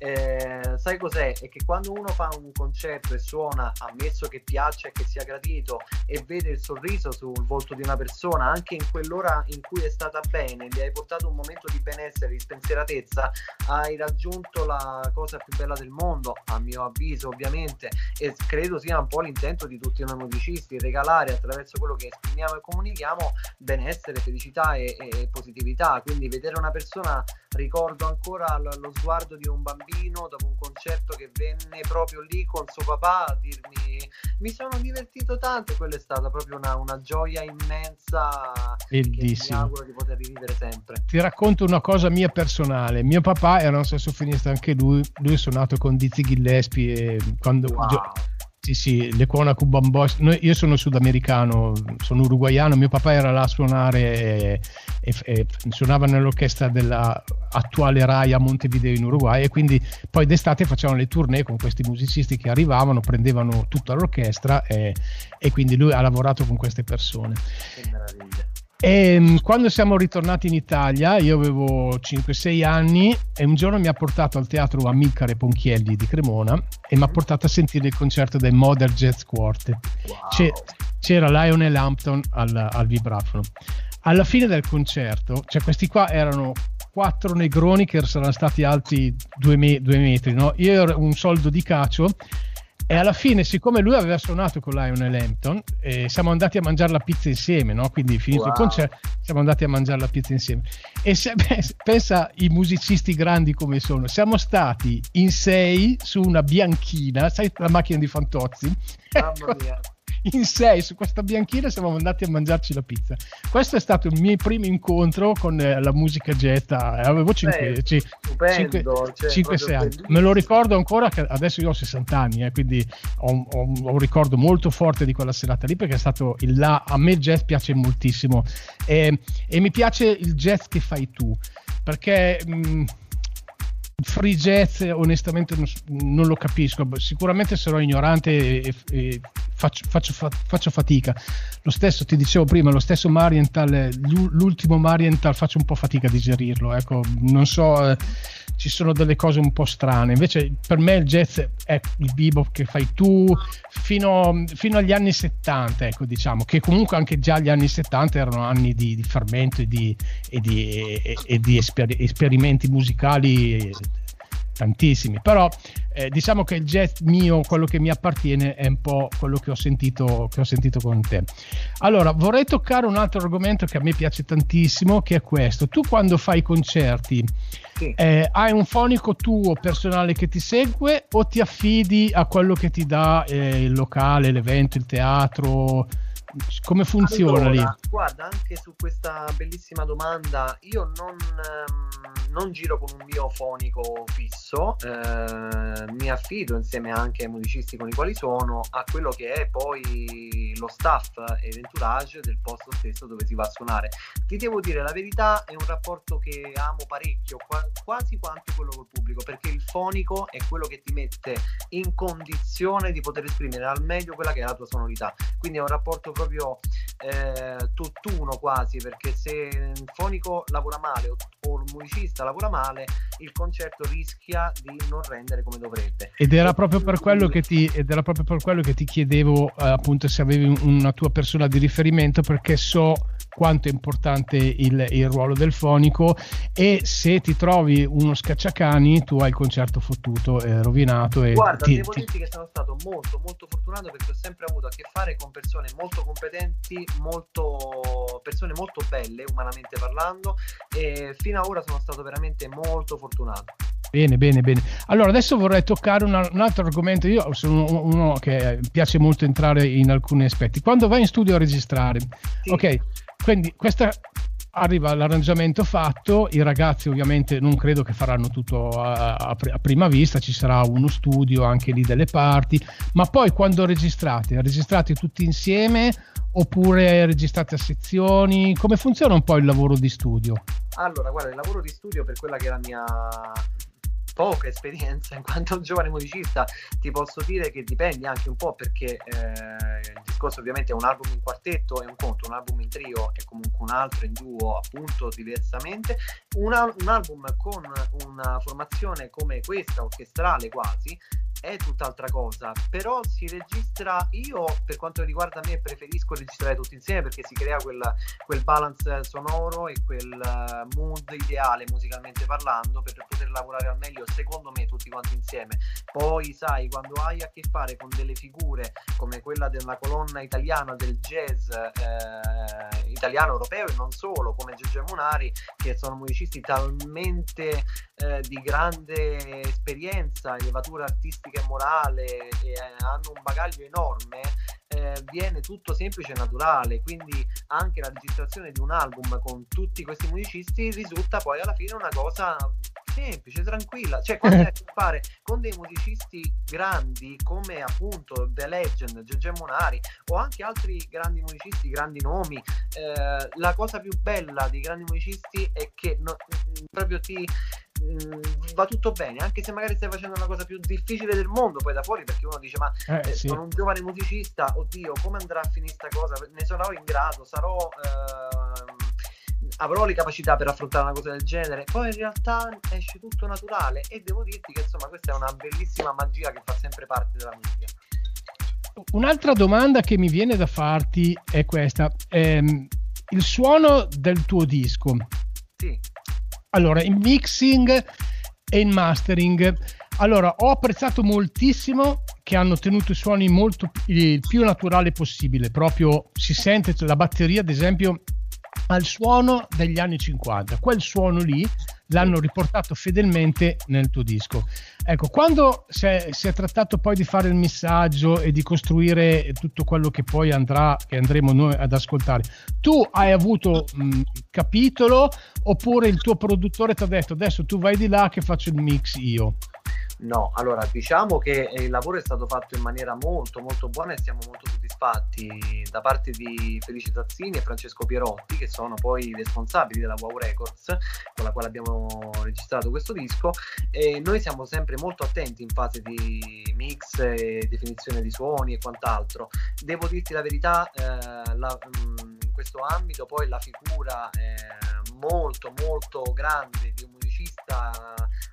[SPEAKER 4] Eh, sai cos'è? È che quando uno fa un concerto e suona, ammesso che piaccia e che sia gradito, e vede il sorriso sul volto di una persona anche in quell'ora in cui è stata bene, gli hai portato un momento di benessere, di spensieratezza, hai raggiunto la cosa più bella del mondo, a mio avviso ovviamente, e credo sia un po' l'intento di tutti noi musicisti, regalare attraverso quello che esprimiamo e comunichiamo benessere, felicità e, e positività. Quindi vedere una persona, ricordo ancora lo, lo sguardo di un bambino dopo un concerto che venne proprio lì con suo papà a dirmi mi sono divertito tanto, quella è stata proprio una, una gioia immensa. Bellissimo. Che mi auguro di poter rivivere sempre.
[SPEAKER 3] Ti racconto una cosa mia personale. Mio papà era un sassofonista anche lui, lui è suonato con Dizzy Gillespie e quando
[SPEAKER 4] wow.
[SPEAKER 3] gio- sì sì le Cuona Cuban Boys. Noi, io sono sudamericano, sono uruguaiano, mio papà era là a suonare e, e, e suonava nell'orchestra della attuale Rai a Montevideo in Uruguay, e quindi poi d'estate facevano le tournée con questi musicisti che arrivavano, prendevano tutta l'orchestra e, e quindi lui ha lavorato con queste persone.
[SPEAKER 4] Che meraviglia.
[SPEAKER 3] E quando siamo ritornati in Italia, io avevo cinque sei anni e un giorno mi ha portato al teatro Amilcare Ponchielli di Cremona e mi ha portato a sentire il concerto del Modern Jazz Quartet.
[SPEAKER 4] Wow.
[SPEAKER 3] C'è, c'era Lionel Hampton al, al vibrafono. Alla fine del concerto, cioè questi qua erano quattro negroni che saranno stati alti due, me- due metri, no? Io ero un soldo di cacio. E alla fine, siccome lui aveva suonato con Lionel Hampton, eh, siamo andati a mangiare la pizza insieme, no? Quindi finito wow. il concerto, siamo andati a mangiare la pizza insieme. E se, pensa i musicisti grandi come sono. Siamo stati in sei su una bianchina, sai la macchina di Fantozzi?
[SPEAKER 4] Mamma mia.
[SPEAKER 3] In sei su questa bianchina siamo andati a mangiarci la pizza. Questo è stato il mio primo incontro con eh, la musica jazz. Avevo cinque sei anni. Me lo ricordo ancora, che adesso io ho sessanta anni, eh, quindi ho, ho, ho un ricordo molto forte di quella serata lì, perché è stato il là. A me il jazz piace moltissimo e, e mi piace il jazz che fai tu, perché mh, free jazz onestamente non, non lo capisco, sicuramente sarò ignorante e, e faccio, faccio, faccio fatica. Lo stesso ti dicevo prima, lo stesso Marienthal, l'ultimo Marienthal faccio un po' fatica a digerirlo, ecco, non so, eh, ci sono delle cose un po' strane. Invece per me il jazz è il bebop che fai tu fino, fino agli anni settanta, ecco, diciamo che comunque anche già gli anni settanta erano anni di, di fermento e di, e di, e, e di esper- esperimenti musicali tantissimi, però eh, diciamo che il jazz mio, quello che mi appartiene, è un po' quello che ho sentito che ho sentito con te. Allora vorrei toccare un altro argomento che a me piace tantissimo, che è questo: tu quando fai concerti sì. eh, hai un fonico tuo personale che ti segue o ti affidi a quello che ti dà eh, il locale, l'evento, il teatro? Come funziona allora, lì?
[SPEAKER 4] Guarda, anche su questa bellissima domanda, io non, ehm, non giro con un mio fonico fisso, eh, mi affido insieme anche ai musicisti con i quali sono a quello che è poi lo staff e l'entourage del posto stesso dove si va a suonare. Ti devo dire la verità, è un rapporto che amo parecchio, qua, quasi quanto quello col pubblico, perché il fonico è quello che ti mette in condizione di poter esprimere al meglio quella che è la tua sonorità, quindi è un rapporto proprio eh, tutt'uno quasi, perché se il fonico lavora male o, o il musicista lavora male, il concerto rischia di non rendere come dovrebbe.
[SPEAKER 3] Ed era proprio per quello che ti, ed era proprio per quello che ti chiedevo eh, appunto se avevi una tua persona di riferimento, perché so quanto è importante il, il ruolo del fonico, e se ti trovi uno scacciacani tu hai il concerto fottuto, eh, rovinato. E
[SPEAKER 4] guarda,
[SPEAKER 3] ti,
[SPEAKER 4] devo
[SPEAKER 3] ti...
[SPEAKER 4] dirti che sono stato molto molto fortunato, perché ho sempre avuto a che fare con persone molto competenti, molto persone molto belle umanamente parlando, e fino ad ora sono stato veramente molto fortunato.
[SPEAKER 3] Bene, bene, bene. Allora adesso vorrei toccare una, un altro argomento. Io sono uno che piace molto entrare in alcuni aspetti. Quando vai in studio a registrare, sì. ok, quindi questa arriva l'arrangiamento fatto, i ragazzi ovviamente non credo che faranno tutto a, a, a prima vista, ci sarà uno studio anche lì delle parti, ma poi quando registrate, registrate tutti insieme oppure registrate a sezioni? Come funziona un po' il lavoro di studio?
[SPEAKER 4] Allora, guarda, il lavoro di studio, per quella che è la mia poca esperienza in quanto giovane musicista, ti posso dire che dipende anche un po', perché eh, il discorso ovviamente è un album in quartetto è un conto, un album in trio è comunque un altro, in duo appunto diversamente, una, un album con una formazione come questa, orchestrale quasi, è tutt'altra cosa, però si registra, io per quanto riguarda me preferisco registrare tutti insieme, perché si crea quel, quel balance sonoro e quel mood ideale musicalmente parlando per poter lavorare al meglio, secondo me, tutti quanti insieme. Poi sai, quando hai a che fare con delle figure come quella della colonna italiana del jazz eh, italiano, europeo e non solo, come Giorgio Munari, che sono musicisti talmente eh, di grande esperienza, elevatura artistica e morale, e eh, hanno un bagaglio enorme, eh, viene tutto semplice e naturale, quindi anche la registrazione di un album con tutti questi musicisti risulta poi alla fine una cosa semplice, tranquilla, cioè quando hai a che fare con dei musicisti grandi come appunto The Legend, Giorgio Munari o anche altri grandi musicisti, grandi nomi, eh, la cosa più bella dei grandi musicisti è che no, proprio ti mh, va tutto bene, anche se magari stai facendo una cosa più difficile del mondo poi da fuori, perché uno dice ma eh, eh, sì. sono un giovane musicista, oddio, come andrà a finire sta cosa, ne sarò in grado, sarò eh, avrò le capacità per affrontare una cosa del genere? Poi in realtà esce tutto naturale, e devo dirti che insomma questa è una bellissima magia che fa sempre parte della musica.
[SPEAKER 3] Un'altra domanda che mi viene da farti è questa: ehm, il suono del tuo disco.
[SPEAKER 4] Sì.
[SPEAKER 3] Allora, in mixing e in mastering, allora ho apprezzato moltissimo che hanno tenuto i suoni molto il più naturale possibile, proprio si sente la batteria ad esempio al suono degli anni cinquanta, quel suono lì l'hanno riportato fedelmente nel tuo disco. Ecco, quando si è, si è trattato poi di fare il missaggio e di costruire tutto quello che poi andrà, che andremo noi ad ascoltare, tu hai avuto mh, capitolo, oppure il tuo produttore ti ha detto adesso tu vai di là che faccio il mix io?
[SPEAKER 4] No, allora diciamo che il lavoro è stato fatto in maniera molto molto buona e siamo molto soddisfatti da parte di Felice Tazzini e Francesco Pierotti, che sono poi i responsabili della Wow Records con la quale abbiamo registrato questo disco, e noi siamo sempre molto attenti in fase di mix e definizione di suoni e quant'altro. Devo dirti la verità, eh, la, in questo ambito poi la figura è molto molto grande di un musicista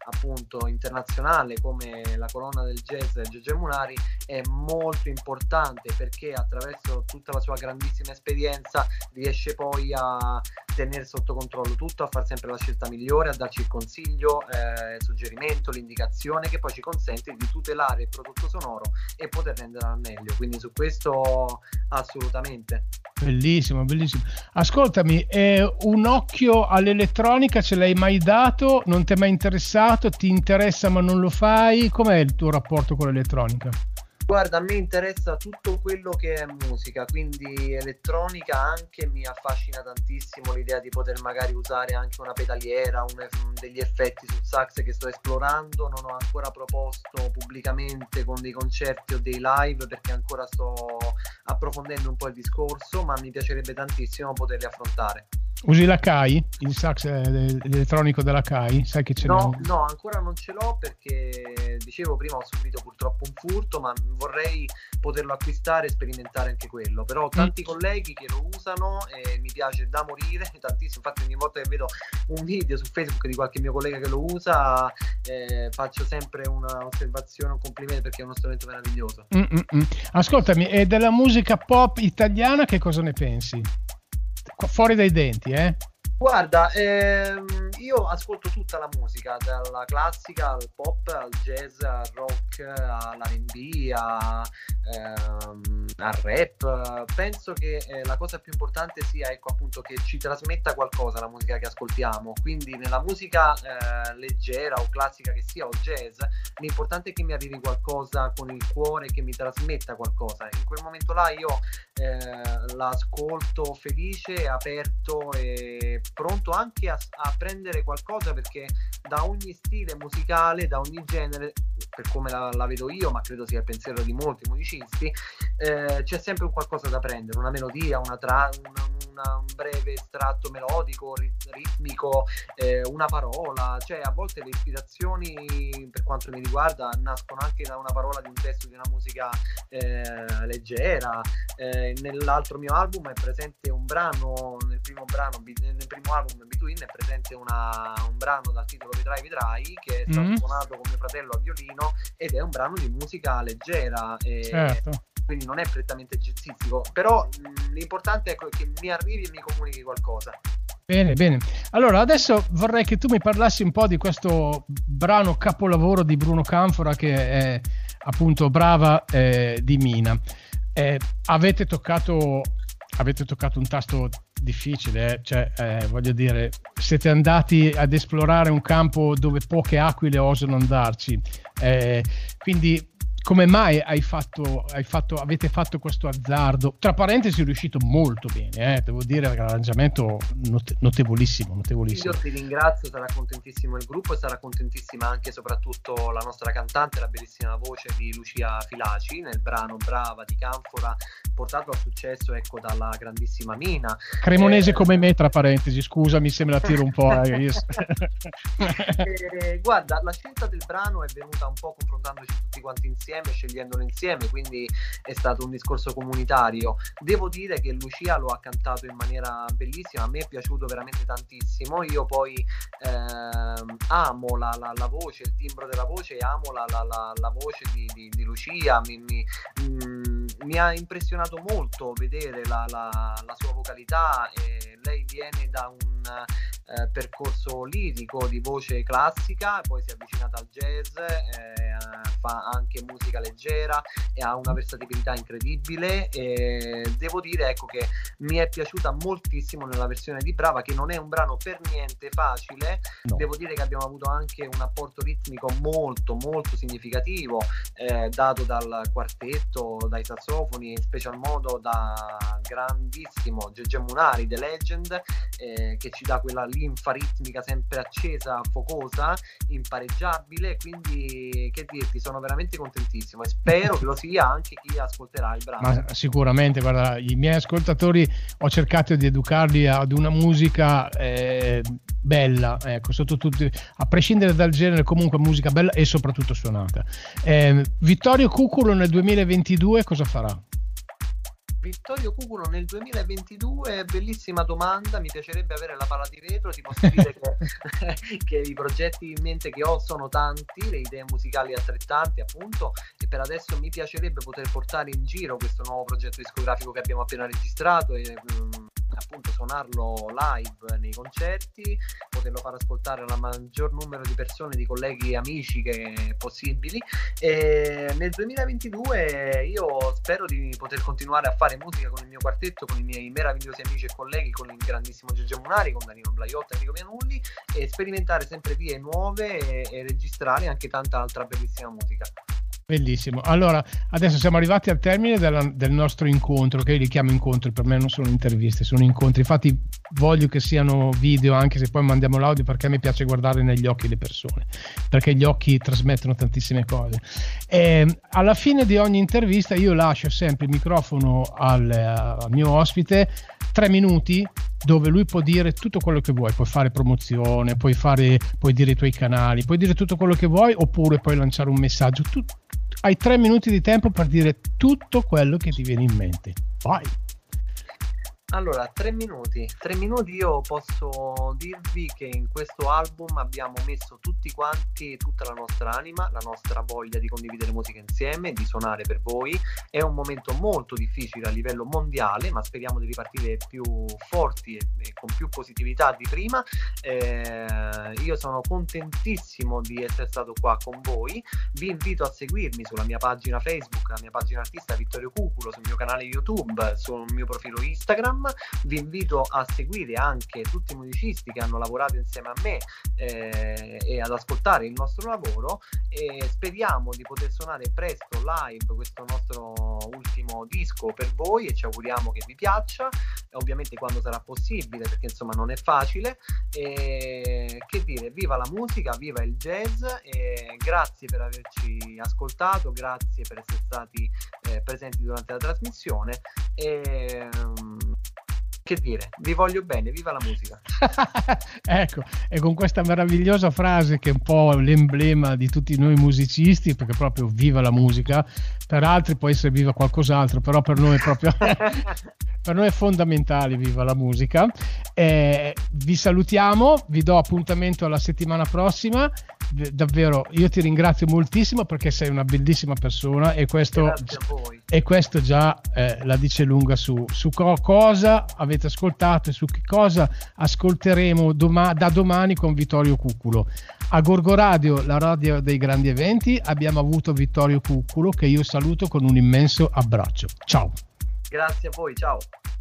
[SPEAKER 4] appunto internazionale come la colonna del jazz Gigi Munari è molto importante, perché attraverso tutta la sua grandissima esperienza riesce poi a tenere sotto controllo tutto, a far sempre la scelta migliore, a darci il consiglio, eh, il suggerimento, l'indicazione che poi ci consente di tutelare il prodotto sonoro e poter renderlo al meglio. Quindi su questo assolutamente.
[SPEAKER 3] Bellissimo, bellissimo. Ascoltami, eh, un occhio all'elettronica ce l'hai mai dato? Non ti è mai interessato? Ti interessa ma non lo fai? Com'è il tuo rapporto con l'elettronica?
[SPEAKER 4] Guarda, a me interessa tutto quello che è musica, quindi elettronica anche, mi affascina tantissimo l'idea di poter magari usare anche una pedaliera, un, degli effetti sul sax che sto esplorando. Non ho ancora proposto pubblicamente con dei concerti o dei live, perché ancora sto approfondendo un po' il discorso, ma mi piacerebbe tantissimo poterli affrontare.
[SPEAKER 3] Usi la Kai? Il sax elettronico della Kai? Sai che ce
[SPEAKER 4] no,
[SPEAKER 3] n'è?
[SPEAKER 4] No, ancora non ce l'ho, perché dicevo prima ho subito purtroppo un furto, ma vorrei poterlo acquistare e sperimentare anche quello. Però ho tanti mm. colleghi che lo usano e mi piace da morire tantissimo. Infatti ogni volta che vedo un video su Facebook di qualche mio collega che lo usa, eh, faccio sempre una osservazione, un complimento, perché è uno strumento meraviglioso.
[SPEAKER 3] Mm-mm. Ascoltami, e della musica pop italiana che cosa ne pensi? Fuori dai denti, eh?
[SPEAKER 4] Guarda, ehm, io ascolto tutta la musica, dalla classica al pop, al jazz, al rock, all'R and B, a, ehm, al rap. Penso che eh, la cosa più importante sia, ecco, appunto, che ci trasmetta qualcosa la musica che ascoltiamo. Quindi nella musica eh, leggera o classica che sia, o jazz, l'importante è che mi arrivi qualcosa con il cuore, che mi trasmetta qualcosa. In quel momento là io eh, l'ascolto felice, aperto e pronto anche a, a prendere qualcosa, perché da ogni stile musicale, da ogni genere, per come la, la vedo io, ma credo sia il pensiero di molti musicisti, eh, c'è sempre un qualcosa da prendere, una melodia, una, tra, una, una un breve estratto melodico, ritmico, eh, una parola. Cioè a volte le ispirazioni, per quanto mi riguarda, nascono anche da una parola di un testo di una musica eh, leggera. Eh, nell'altro mio album è presente un brano, nel primo brano nel primo album Between è presente una, un brano dal titolo Vedrai Vedrai, che è stato mm. suonato con mio fratello a violino, ed è un brano di musica leggera, e
[SPEAKER 3] certo.
[SPEAKER 4] Quindi non è prettamente jazzistico, però mh, l'importante è che mi arrivi e mi comunichi qualcosa.
[SPEAKER 3] Bene, bene. Allora adesso vorrei che tu mi parlassi un po' di questo brano capolavoro di Bruno Canfora, che è appunto Brava eh, di Mina. Eh, avete toccato avete toccato un tasto difficile, eh? Cioè eh, voglio dire, siete andati ad esplorare un campo dove poche aquile osano andarci, eh, quindi come mai hai fatto, hai fatto, avete fatto questo azzardo? Tra parentesi è riuscito molto bene, eh? Devo dire che l'arrangiamento not- notevolissimo, notevolissimo.
[SPEAKER 4] Io ti ringrazio, sarà contentissimo il gruppo e sarà contentissima anche soprattutto la nostra cantante, la bellissima voce di Lucia Filaci nel brano Brava di Canfora, portato al successo, ecco, dalla grandissima Mina.
[SPEAKER 3] Cremonese eh, come me, tra parentesi, scusami se me la tiro un po'. Eh, io...
[SPEAKER 4] eh, guarda, la scelta del brano è venuta un po' confrontandoci tutti quanti insieme, scegliendolo insieme, quindi è stato un discorso comunitario. Devo dire che Lucia lo ha cantato in maniera bellissima, a me è piaciuto veramente tantissimo. Io poi ehm, amo la, la, la voce, il timbro della voce, amo la, la, la, la voce di, di, di Lucia. Mi, mi, mh, mi ha impressionato molto vedere la, la, la sua vocalità, e lei viene da un eh, percorso lirico di voce classica, poi si è avvicinata al jazz, eh, fa anche musica leggera e ha una versatilità incredibile, e devo dire, ecco, che mi è piaciuta moltissimo nella versione di Brava, che non è un brano per niente facile. No. Devo dire che abbiamo avuto anche un apporto ritmico molto molto significativo, eh, dato dal quartetto, dai sassofoni, in special modo da grandissimo Gigi Munari, The Legend, eh, che ci dà quella linfa ritmica sempre accesa, focosa, impareggiabile. Quindi che dirti, sono veramente contentissimo e spero che lo sia anche chi ascolterà il brano.
[SPEAKER 3] Ma sicuramente, guarda, i miei ascoltatori ho cercato di educarli ad una musica eh, bella, ecco, sotto tutti, a prescindere dal genere, comunque musica bella e soprattutto suonata. eh, Vittorio Cuculo nel duemilaventidue cosa farà?
[SPEAKER 4] Vittorio Cuculo nel duemilaventidue, bellissima domanda, mi piacerebbe avere la palla di vetro, ti posso dire che, che i progetti in mente che ho sono tanti, le idee musicali altrettanti appunto, e per adesso mi piacerebbe poter portare in giro questo nuovo progetto discografico che abbiamo appena registrato e um, appunto suonarlo live nei concerti, poterlo far ascoltare al maggior numero di persone, di colleghi e amici che possibili. E nel duemilaventidue io spero di poter continuare a fare musica con il mio quartetto, con i miei meravigliosi amici e colleghi, con il grandissimo Giorgio Munari, con Danilo Blaiotta e Enrico Pianulli, e sperimentare sempre vie nuove e, e registrare anche tanta altra bellissima musica.
[SPEAKER 3] Bellissimo. Allora, adesso siamo arrivati al termine della, del nostro incontro, che io li chiamo incontri, per me non sono interviste, sono incontri. Infatti voglio che siano video, anche se poi mandiamo l'audio, perché mi piace guardare negli occhi le persone, perché gli occhi trasmettono tantissime cose. E alla fine di ogni intervista io lascio sempre il microfono al, al mio ospite, tre minuti dove lui può dire tutto quello che vuoi, puoi fare promozione, puoi fare, puoi dire i tuoi canali, puoi dire tutto quello che vuoi, oppure puoi lanciare un messaggio. Tu hai tre minuti di tempo per dire tutto quello che ti viene in mente. Vai!
[SPEAKER 4] Allora, tre minuti. Tre minuti io posso dirvi che in questo album abbiamo messo tutti quanti, tutta la nostra anima, la nostra voglia di condividere musica insieme, di suonare per voi. È un momento molto difficile a livello mondiale, ma speriamo di ripartire più forti e, e con più positività di prima. Eh, io sono contentissimo di essere stato qua con voi. Vi invito a seguirmi sulla mia pagina Facebook, la mia pagina artista Vittorio Cuculo, sul mio canale YouTube, sul mio profilo Instagram. Vi invito a seguire anche tutti i musicisti che hanno lavorato insieme a me eh, e ad ascoltare il nostro lavoro, e speriamo di poter suonare presto live questo nostro ultimo disco per voi, e ci auguriamo che vi piaccia, ovviamente quando sarà possibile, perché insomma non è facile. E che dire, viva la musica, viva il jazz, e grazie per averci ascoltato, grazie per essere stati eh, presenti durante la trasmissione, e um, che dire, vi voglio bene, viva la musica.
[SPEAKER 3] Ecco, e con questa meravigliosa frase che è un po' l'emblema di tutti noi musicisti, perché proprio viva la musica, per altri può essere viva qualcos'altro, però per noi è proprio per noi è fondamentale viva la musica. Eh, vi salutiamo, vi do appuntamento alla settimana prossima. Davvero io ti ringrazio moltissimo, perché sei una bellissima persona, e questo, e questo già eh, la dice lunga su, su co- cosa avete ascoltato e su che cosa ascolteremo doma- da domani con Vittorio Cuculo. A Gorgo Radio, la radio dei grandi eventi, abbiamo avuto Vittorio Cuculo, che io saluto con un immenso abbraccio. Ciao.
[SPEAKER 4] Grazie a voi, ciao.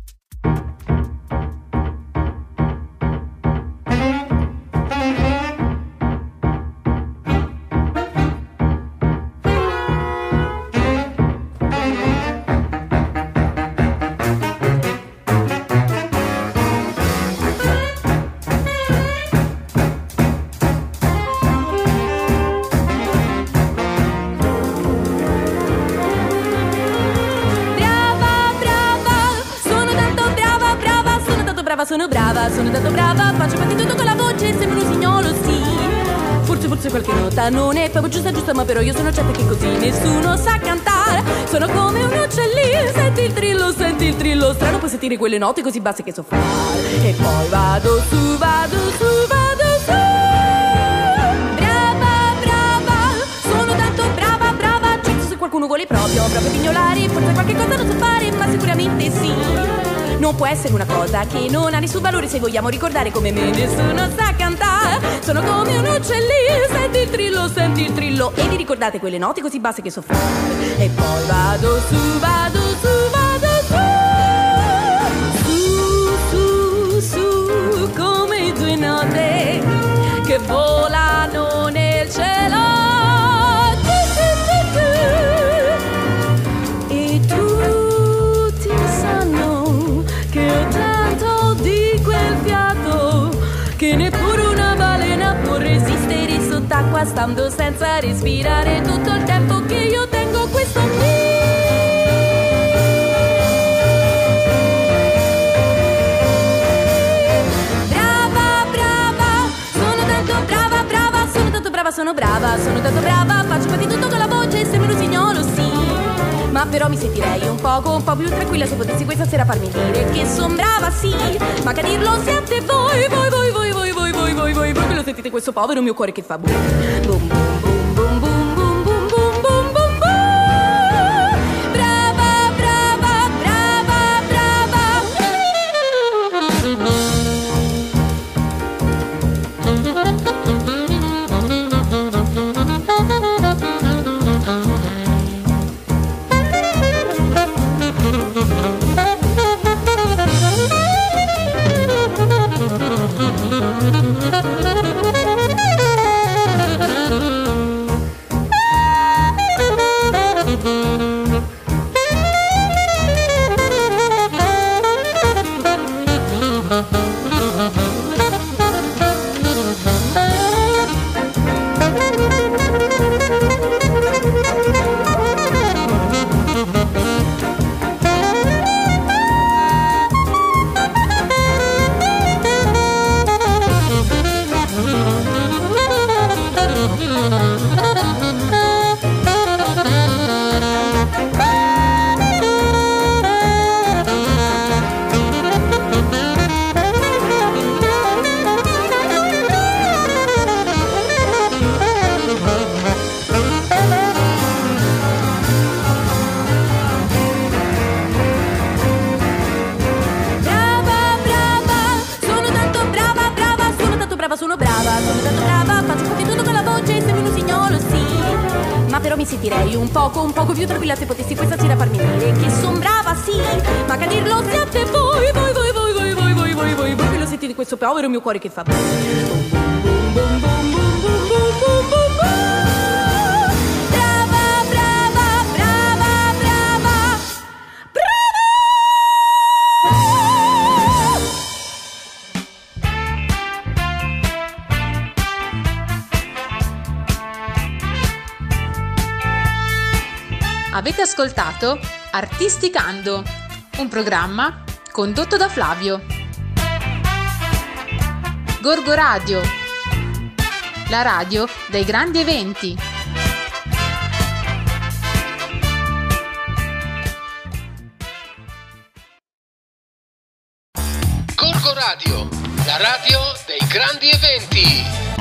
[SPEAKER 5] Sono brava, sono tanto brava, faccio quasi tutto con la voce, sembro un usignolo, sì. Forse, forse qualche nota non è proprio giusta, giusta, ma però io sono certa che così nessuno sa cantare. Sono come un uccellino, senti il trillo, senti il trillo strano, puoi sentire quelle note così basse che so fare. E poi vado su, vado su, vado su. Brava, brava, sono tanto brava, brava. Certo, se qualcuno vuole proprio, proprio pignolare, forse qualche cosa non so fare, ma sicuramente sì. Non può essere una cosa che non ha nessun valore, se vogliamo ricordare come me nessuno sa cantare. Sono come un uccellino, senti il trillo, senti il trillo, e vi ricordate quelle note così basse che so fare. E poi vado su, vado su, vado su. Su, su, su, come due note che volano nel cielo. Che neppure una balena può resistere sott'acqua stando senza respirare tutto il tempo che io tengo questo qui. Brava, brava, sono tanto brava, brava, sono tanto brava, sono brava, sono tanto brava, faccio quasi tutto con la voce, sembro un usignolo, sì. Ma Ma però mi sentirei un poco, un po' più tranquilla se potessi questa sera farmi dire che son brava, sì, ma che a dirlo siete voi, voi, voi, voi, voi, voi, voi, voi, voi, voi, che lo sentite questo povero mio cuore che fa boom, boom, boom, boom, boom, boom, boom, boom, boom, boom, boom, boom. Brava, brava, brava, brava. Sono brava, sono tanto brava, faccio quasi tutto con la voce, sembri un usignolo, sì. Ma però mi sentirei un poco, un poco più tranquilla se potessi questa sera farmi dire che son brava, sì. Ma che a dirlo siete voi, voi, voi, voi, voi, voi, voi, voi, voi, voi, che lo sentite questo povero mio cuore che fa boom, boom, boom, boom, boom, boom, boom, boom, boom, boom. Brava, brava, brava, brava, brava.
[SPEAKER 2] Avete ascoltato Artisticando, un programma condotto da Flavio. Gorgo Radio, la radio dei grandi eventi.
[SPEAKER 1] Gorgo Radio, la radio dei grandi eventi.